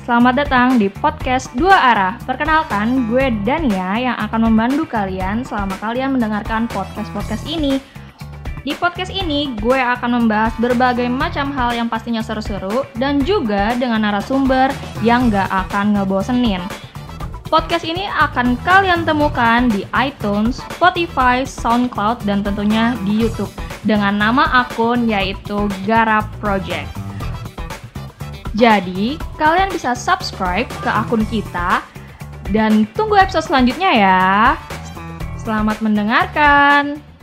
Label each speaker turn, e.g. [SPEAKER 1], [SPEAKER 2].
[SPEAKER 1] Selamat datang di podcast Dua Arah. Perkenalkan, gue Dania yang akan membantu kalian selama kalian mendengarkan podcast ini. Di podcast ini, gue akan membahas berbagai macam hal yang pastinya seru-seru dan juga dengan narasumber yang gak akan ngebosenin. Podcast ini akan kalian temukan di iTunes, Spotify, SoundCloud, dan tentunya di YouTube dengan nama akun yaitu Garap Project. Jadi, kalian bisa subscribe ke akun kita dan tunggu episode selanjutnya ya. Selamat mendengarkan.